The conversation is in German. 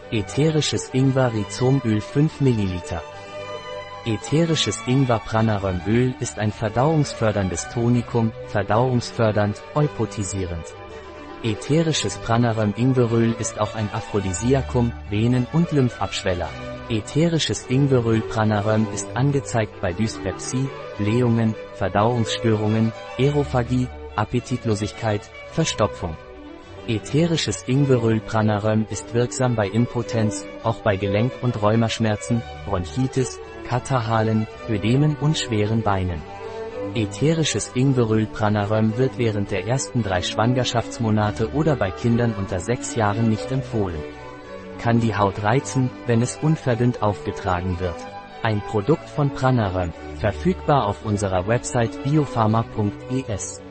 Ätherisches Ingwer-Rhizomöl 5 ml. Ätherisches Ingwer-Pranarömöl ist ein verdauungsförderndes Tonikum, verdauungsfördernd, eupotisierend. Ätherisches Pranaröm-Ingweröl ist auch ein Aphrodisiakum, Venen- und Lymphabschweller. Ätherisches Ingweröl Pranaröm ist angezeigt bei Dyspepsie, Blähungen, Verdauungsstörungen, Aerophagie, Appetitlosigkeit, Verstopfung. Ätherisches Ingweröl Pranaröm ist wirksam bei Impotenz, auch bei Gelenk- und Rheumaschmerzen, Bronchitis, Katarrhalen, Ödemen und schweren Beinen. Ätherisches Ingweröl Pranaröm wird während der ersten 3 Schwangerschaftsmonate oder bei Kindern unter 6 Jahren nicht empfohlen. Kann die Haut reizen, wenn es unverdünnt aufgetragen wird. Ein Produkt von Pranaröm, verfügbar auf unserer Website biopharma.es.